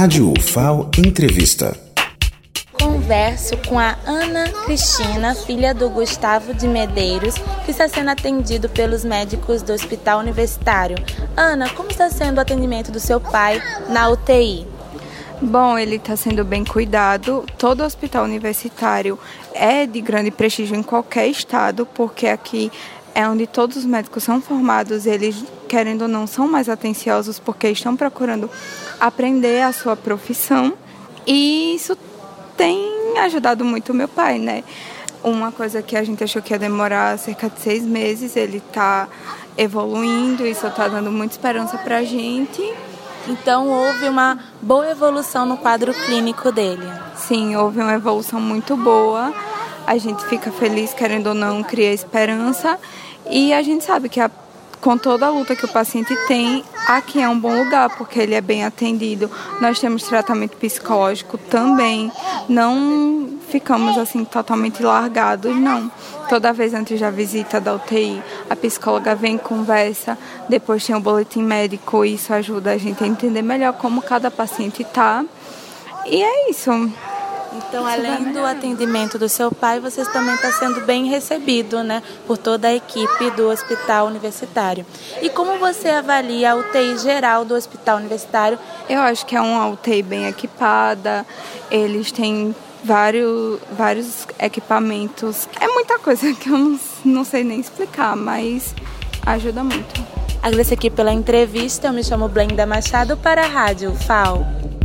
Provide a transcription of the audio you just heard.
Rádio UFAO Entrevista. Converso com a Ana Cristina, filha do Gustavo de Medeiros, que está sendo atendido pelos médicos do Hospital Universitário. Ana, como está sendo o atendimento do seu pai na UTI? Bom, ele está sendo bem cuidado. Todo hospital universitário é de grande prestígio em qualquer estado, porque aqui é onde todos os médicos são formados. Eles, querendo ou não, são mais atenciosos porque estão procurando aprender a sua profissão. E isso tem ajudado muito o meu pai, né? Uma coisa que a gente achou que ia demorar cerca de 6 meses, ele está evoluindo, isso está dando muita esperança para a gente. Então, houve uma boa evolução no quadro clínico dele? Sim, houve uma evolução muito boa. A gente fica feliz, querendo ou não, cria esperança. E a gente sabe que com toda a luta que o paciente tem, aqui é um bom lugar, porque ele é bem atendido. Nós temos tratamento psicológico também. Não ficamos assim totalmente largados, não. Toda vez antes da visita da UTI, a psicóloga vem, conversa, depois tem o boletim médico, e isso ajuda a gente a entender melhor como cada paciente está. E é isso. Então, além do atendimento do seu pai, você também está sendo bem recebido, né, por toda a equipe do Hospital Universitário. E como você avalia a UTI geral do Hospital Universitário? Eu acho que é uma UTI bem equipada, eles têm vários equipamentos. É muita coisa que eu não sei nem explicar, mas ajuda muito. Agradeço aqui pela entrevista. Eu me chamo Blenda Machado para a Rádio UFAO.